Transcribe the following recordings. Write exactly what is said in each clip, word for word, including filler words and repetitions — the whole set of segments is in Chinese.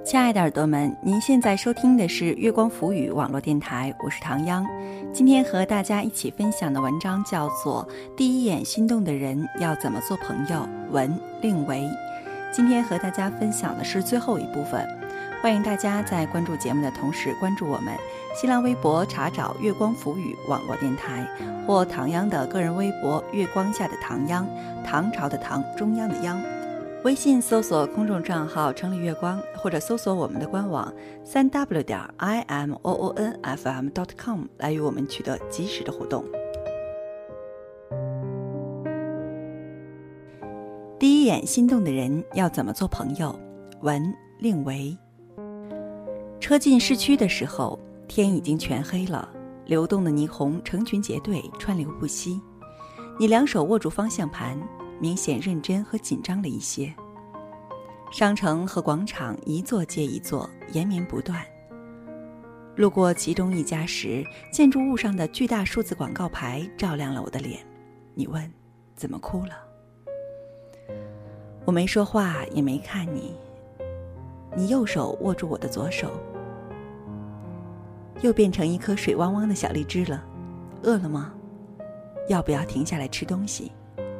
亲爱的耳朵们，您现在收听的是月光浮语网络电台，我是唐央。今天和大家一起分享的文章叫做《第一眼心动的人要怎么做朋友》，文令维。今天和大家分享的是最后一部分，欢迎大家在关注节目的同时关注我们新浪微博查找月光浮语网络电台，或唐央的个人微博月光下的唐央，唐朝的唐，中央的央。微信搜索公众账号城里月光，或者搜索我们的官网 三 w 点 i m o o n f m 点 com 来与我们取得及时的互动。第一眼心动的人要怎么做朋友？文令维。车进市区的时候，天已经全黑了，流动的霓虹成群结队，川流不息。你两手握住方向盘，明显认真和紧张了一些。商城和广场一座接一座，延绵不断。路过其中一家时，建筑物上的巨大数字广告牌照亮了我的脸。你问，怎么哭了？我没说话，也没看你。你右手握住我的左手，又变成一颗水汪汪的小荔枝了。饿了吗？要不要停下来吃东西？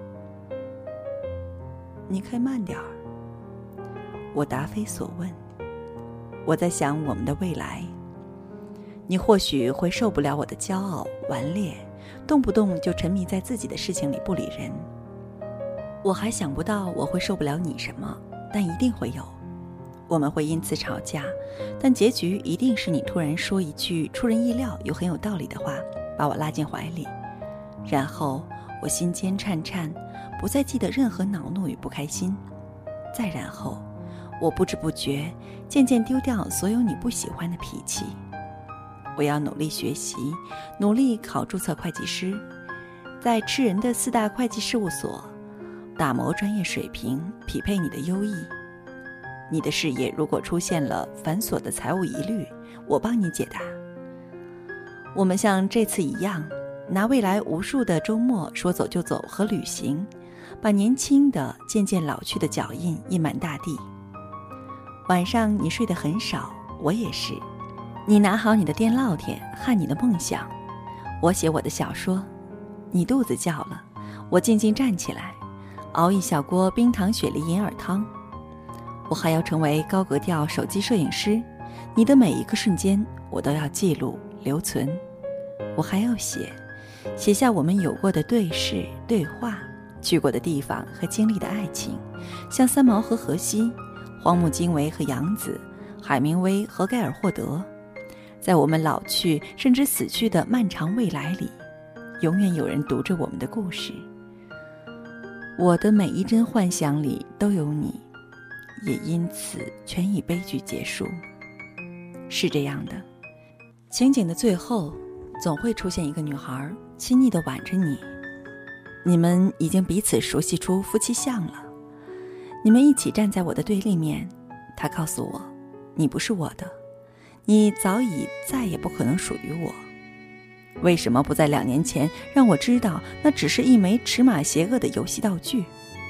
你开慢点儿。我答非所问。我在想我们的未来。你或许会受不了我的骄傲顽劣，动不动就沉迷在自己的事情里不理人。我还想不到我会受不了你什么，但一定会有。我们会因此吵架，但结局一定是你突然说一句出人意料又很有道理的话，把我拉进怀里，然后我心间颤颤，不再记得任何恼怒与不开心。再然后，我不知不觉渐渐丢掉所有你不喜欢的脾气。我要努力学习，努力考注册会计师，在吃人的四大会计事务所打磨专业水平，匹配你的优异。你的事业如果出现了繁琐的财务疑虑，我帮你解答。我们像这次一样，拿未来无数的周末说走就走和旅行，把年轻的渐渐老去的脚印印满大地。晚上你睡得很少，我也是。你拿好你的电烙铁和你的梦想，我写我的小说。你肚子叫了，我静静站起来，熬一小锅冰糖雪梨银耳汤。我还要成为高格调手机摄影师，你的每一个瞬间我都要记录留存。我还要写写下我们有过的对视对话，去过的地方和经历的爱情，像三毛和荷西，荒木经惟和杨子，海明威和盖尔霍德。在我们老去甚至死去的漫长未来里，永远有人读着我们的故事。我的每一帧幻想里都有你，也因此全以悲剧结束。是这样的，情景的最后总会出现一个女孩亲昵地挽着你，你们已经彼此熟悉出夫妻相了。你们一起站在我的对立面，她告诉我，你不是我的，你早已再也不可能属于我。为什么不在两年前让我知道那只是一枚尺码邪恶的游戏道具？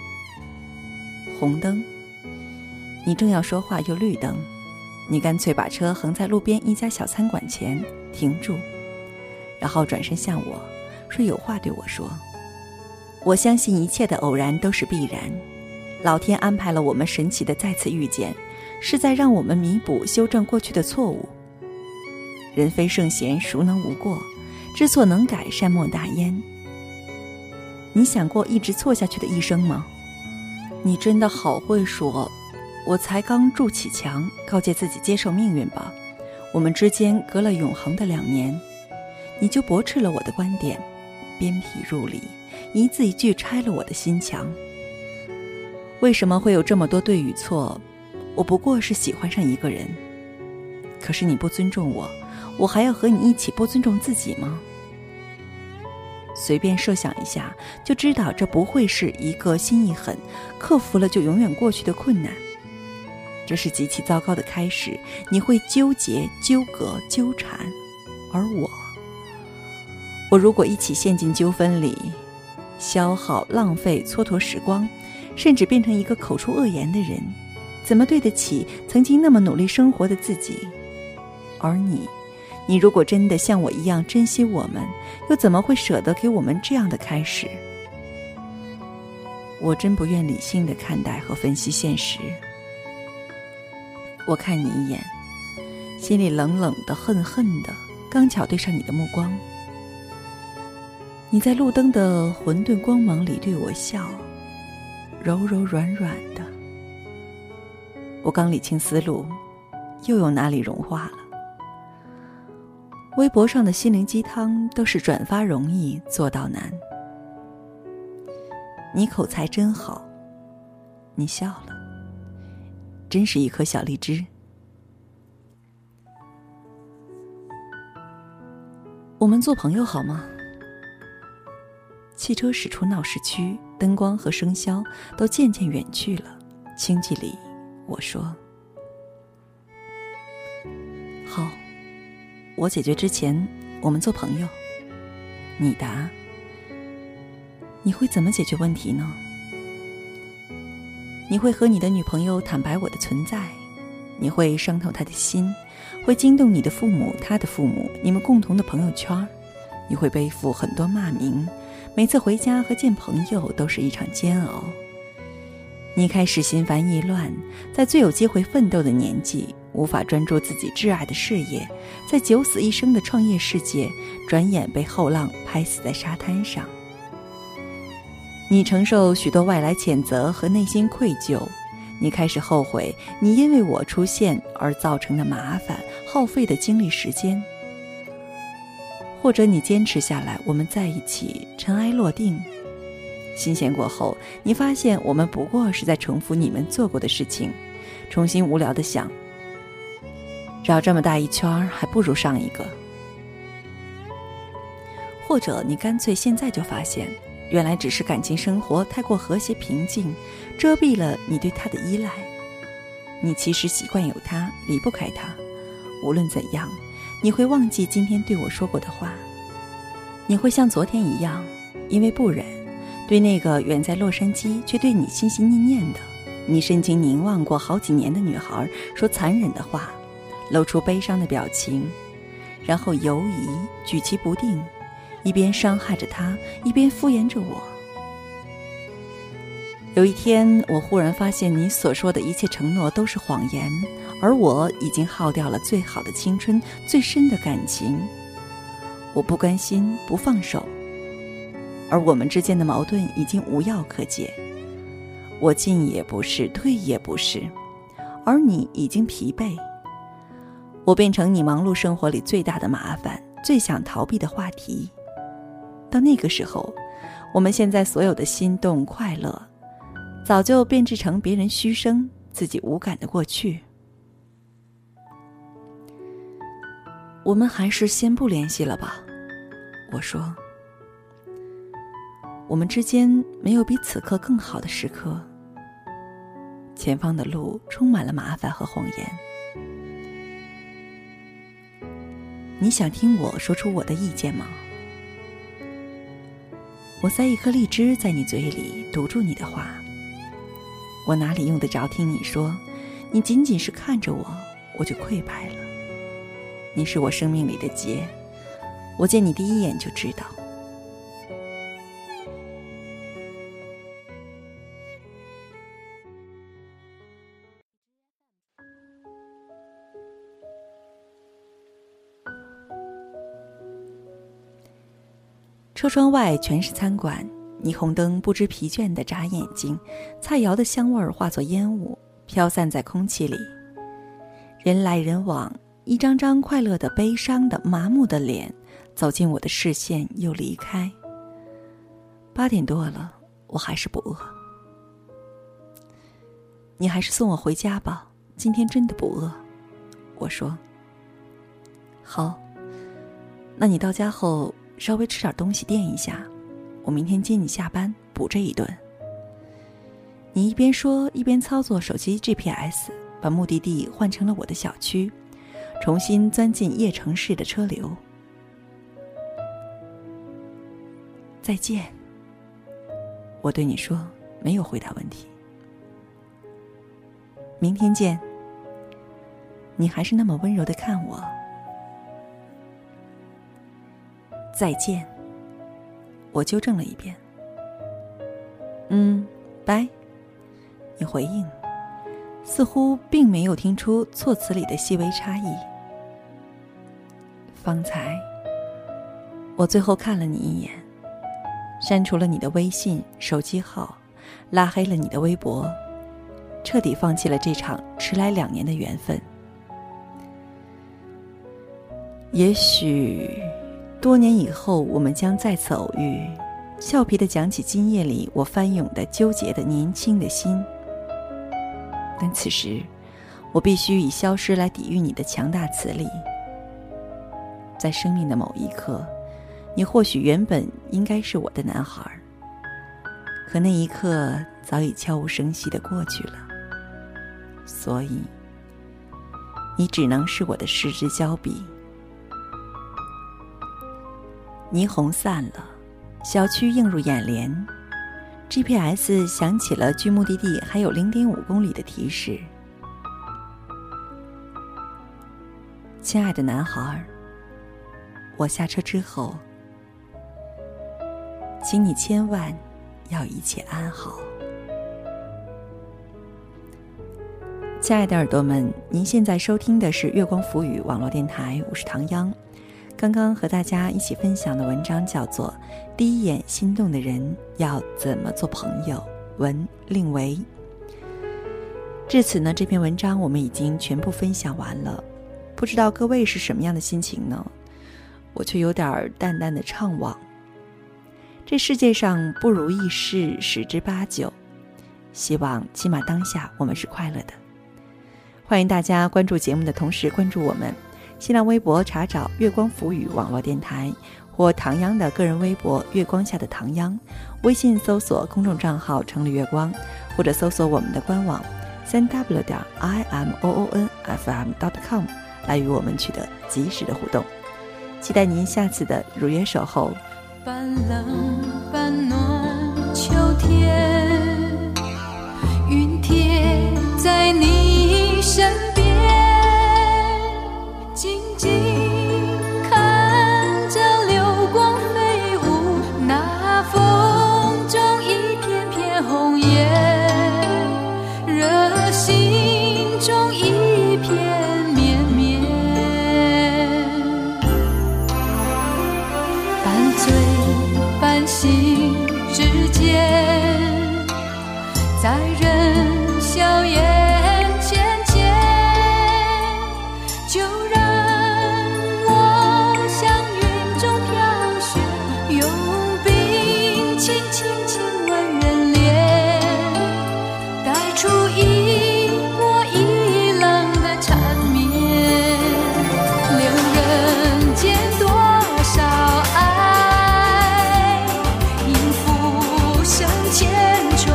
红灯，你正要说话，又绿灯，你干脆把车横在路边一家小餐馆前停住，然后转身向我说有话对我说。我相信一切的偶然都是必然，老天安排了我们神奇的再次遇见，是在让我们弥补修正过去的错误。人非圣贤，孰能无过？知错能改，善莫大焉。你想过一直错下去的一生吗？你真的好会说。我才刚筑起墙，告诫自己接受命运吧。我们之间隔了永恒的两年，你就驳斥了我的观点，鞭辟入里，一字一句拆了我的心墙。为什么会有这么多对与错？我不过是喜欢上一个人，可是你不尊重我，我还要和你一起不尊重自己吗？随便设想一下，就知道这不会是一个心一狠，克服了就永远过去的困难。这是极其糟糕的开始，你会纠结、纠葛、纠缠，而我，我如果一起陷进纠纷里，消耗、浪费、蹉跎时光，甚至变成一个口出恶言的人， 怎么对得起曾经那么努力生活的自己？而你，你如果真的像我一样珍惜我们，又怎么会舍得给我们这样的开始？我真不愿理性地看待和分析现实。我看你一眼，心里冷冷的、恨恨的，刚巧对上你的目光。你在路灯的混沌光芒里对我笑，柔柔软软的。我刚理清思路，又有哪里融化了？微博上的心灵鸡汤都是转发容易做到难。你口才真好，你笑了，真是一颗小荔枝。我们做朋友好吗？汽车驶出闹市区，灯光和笙箫都渐渐远去了。清寂里，我说：好，我解决之前，我们做朋友。你答：你会怎么解决问题呢？你会和你的女朋友坦白我的存在，你会伤透她的心，会惊动你的父母、她的父母，你们共同的朋友圈，你会背负很多骂名，每次回家和见朋友都是一场煎熬。你开始心烦意乱，在最有机会奋斗的年纪，无法专注自己挚爱的事业，在九死一生的创业世界，转眼被后浪拍死在沙滩上。你承受许多外来谴责和内心愧疚，你开始后悔你因为我出现而造成的麻烦，耗费的精力时间。或者你坚持下来，我们在一起，尘埃落定。新鲜过后，你发现我们不过是在重复你们做过的事情，重新无聊地想，绕这么大一圈还不如上一个。或者你干脆现在就发现，原来只是感情生活太过和谐平静，遮蔽了你对他的依赖。你其实习惯有他，离不开他。无论怎样，你会忘记今天对我说过的话。你会像昨天一样，因为不忍，对那个远在洛杉矶却对你心心念念的，你深情凝望过好几年的女孩说残忍的话，露出悲伤的表情，然后犹疑举棋不定，一边伤害着他，一边敷衍着我。有一天，我忽然发现你所说的一切承诺都是谎言，而我已经耗掉了最好的青春，最深的感情。我不甘心，不放手，而我们之间的矛盾已经无药可解。我进也不是，退也不是，而你已经疲惫。我变成你忙碌生活里最大的麻烦，最想逃避的话题。到那个时候，我们现在所有的心动快乐，早就变质成别人虚声，自己无感的过去。我们还是先不联系了吧，我说。我们之间没有比此刻更好的时刻。前方的路充满了麻烦和谎言。你想听我说出我的意见吗？我塞一颗荔枝在你嘴里，堵住你的话。我哪里用得着听你说？你仅仅是看着我，我就溃败了。你是我生命里的劫，我见你第一眼就知道。车窗外全是餐馆，霓虹灯不知疲倦地眨眼睛，菜肴的香味儿化作烟雾，飘散在空气里。人来人往，一张张快乐的、悲伤的、麻木的脸走进我的视线又离开。八点多了，我还是不饿。你还是送我回家吧，今天真的不饿。我说。好，那你到家后稍微吃点东西垫一下，我明天接你下班补这一顿。你一边说一边操作手机 G P S， 把目的地换成了我的小区，重新钻进夜城市的车流。再见，我对你说，没有回答问题。 明天见。你还是那么温柔地看我。再见。我纠正了一遍。嗯，拜。你回应，似乎并没有听出措辞里的细微差异。方才，我最后看了你一眼，删除了你的微信、手机号，拉黑了你的微博，彻底放弃了这场迟来两年的缘分。也许多年以后我们将再次偶遇，俏皮地讲起今夜里我翻涌的纠结的年轻的心。但此时我必须以消失来抵御你的强大磁力。在生命的某一刻，你或许原本应该是我的男孩，可那一刻早已悄无声息地过去了，所以你只能是我的失之交臂。霓虹散了，小区映入眼帘， G P S 响起了距目的地还有 零点五公里的提示。亲爱的男孩，我下车之后，请你千万要一切安好。亲爱的耳朵们，您现在收听的是月光浮语网络电台，我是唐央。刚刚和大家一起分享的文章叫做《第一眼心动的人要怎么做朋友》，文令维。至此呢，这篇文章我们已经全部分享完了。不知道各位是什么样的心情呢？我却有点淡淡的怅惘。这世界上不如意事十之八九，希望起码当下我们是快乐的。欢迎大家关注节目的同时关注我们新浪微博，查找月光浮语网络电台，或唐央的个人微博月光下的唐央，微信搜索公众账号城里月光，或者搜索我们的官网 三 w 点 i m o o n f m 点 com 来与我们取得及时的互动。期待您下次的如约守候。 半冷半暖秋天，云贴在你身边，静静看着流光飞舞，那风中一片片红叶，热心中一片绵绵，半醉半醒之间，在人笑颜浅浅，就让我向云中飘雪，用冰轻轻亲吻人脸，带出一波一浪的缠绵，留人间多少爱，应付生千重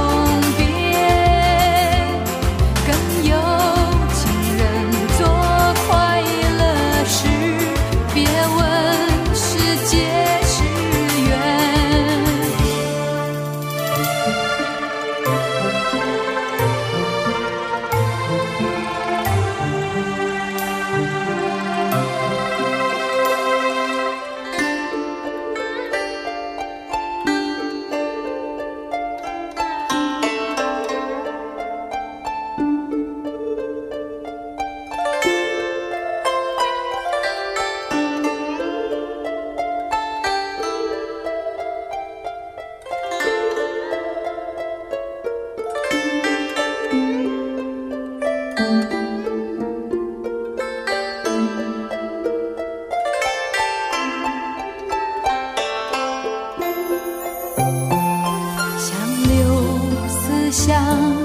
变，更有情人做快乐事，别问世界是缘。像柳丝香